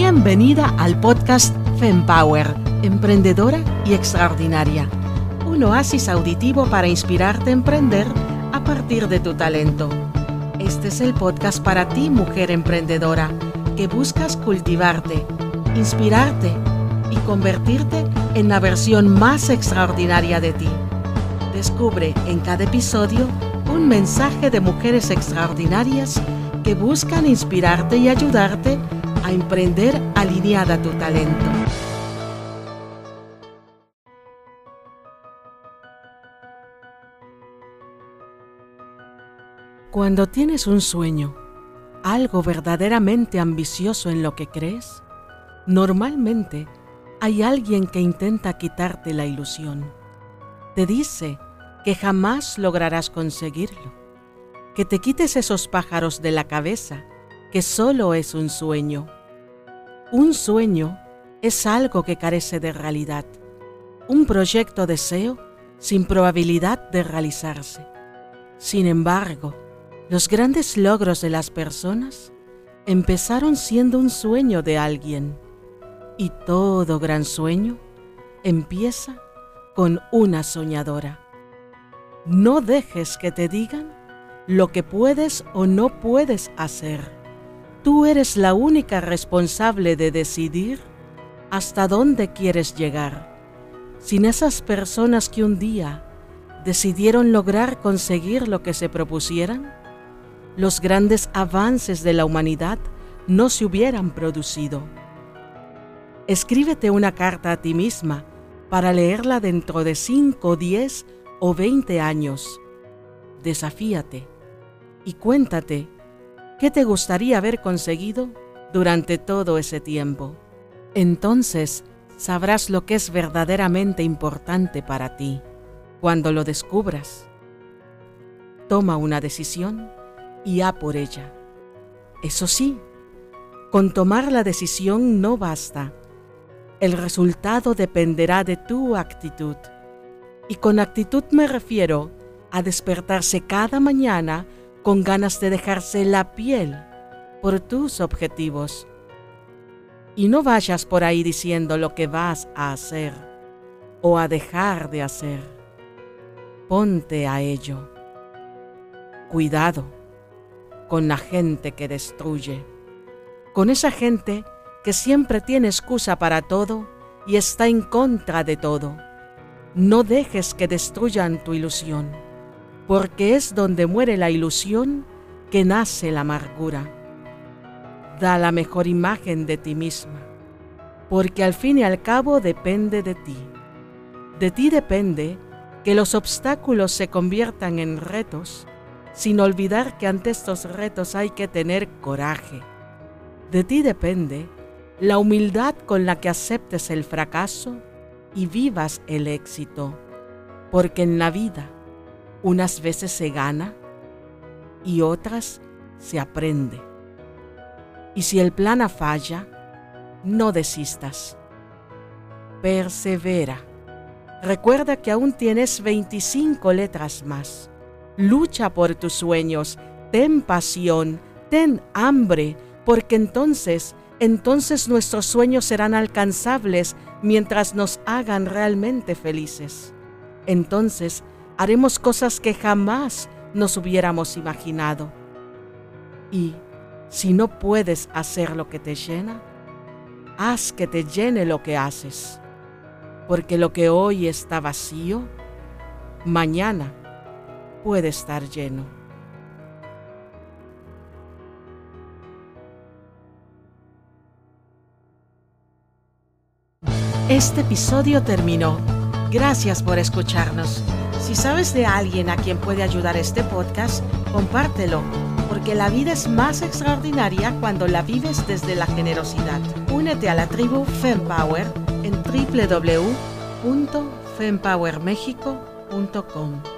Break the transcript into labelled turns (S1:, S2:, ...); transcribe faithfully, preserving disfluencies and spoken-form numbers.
S1: Bienvenida al podcast FemPower, Emprendedora y Extraordinaria. Un oasis auditivo para inspirarte a emprender a partir de tu talento. Este es el podcast para ti, mujer emprendedora, que buscas cultivarte, inspirarte y convertirte en la versión más extraordinaria de ti. Descubre en cada episodio un mensaje de mujeres extraordinarias que buscan inspirarte y ayudarte a emprender alineada a tu talento. Cuando tienes un sueño, algo verdaderamente ambicioso en lo que crees, normalmente hay alguien que intenta quitarte la ilusión. Te dice que jamás lograrás conseguirlo, que te quites esos pájaros de la cabeza, que solo es un sueño. Un sueño es algo que carece de realidad, un proyecto deseo sin probabilidad de realizarse. Sin embargo, los grandes logros de las personas empezaron siendo un sueño de alguien, y todo gran sueño empieza con una soñadora. No dejes que te digan lo que puedes o no puedes hacer. Tú eres la única responsable de decidir hasta dónde quieres llegar. Sin esas personas que un día decidieron lograr conseguir lo que se propusieran, los grandes avances de la humanidad no se hubieran producido. Escríbete una carta a ti misma para leerla dentro de cinco, diez o veinte años. Desafíate y cuéntate qué te gustaría haber conseguido durante todo ese tiempo. Entonces sabrás lo que es verdaderamente importante para ti. Cuando lo descubras, toma una decisión y a por ella. Eso sí, con tomar la decisión no basta. El resultado dependerá de tu actitud. Y con actitud me refiero a despertarse cada mañana con ganas de dejarse la piel por tus objetivos. Y no vayas por ahí diciendo lo que vas a hacer o a dejar de hacer. Ponte a ello. Cuidado con la gente que destruye, con esa gente que siempre tiene excusa para todo y está en contra de todo. No dejes que destruyan tu ilusión, porque es donde muere la ilusión que nace la amargura. Da la mejor imagen de ti misma, porque al fin y al cabo depende de ti. De ti depende que los obstáculos se conviertan en retos, sin olvidar que ante estos retos hay que tener coraje. De ti depende la humildad con la que aceptes el fracaso y vivas el éxito, porque en la vida unas veces se gana y otras se aprende. Y si el plan falla, no desistas. Persevera. Recuerda que aún tienes veinticinco letras más. Lucha por tus sueños, ten pasión, ten hambre, porque entonces, entonces nuestros sueños serán alcanzables mientras nos hagan realmente felices. Entonces, haremos cosas que jamás nos hubiéramos imaginado. Y si no puedes hacer lo que te llena, haz que te llene lo que haces. Porque lo que hoy está vacío, mañana puede estar lleno. Este episodio terminó. Gracias por escucharnos. Si sabes de alguien a quien puede ayudar este podcast, compártelo, porque la vida es más extraordinaria cuando la vives desde la generosidad. Únete a la tribu FemPower en doble u doble u doble u punto fempower mexico punto com.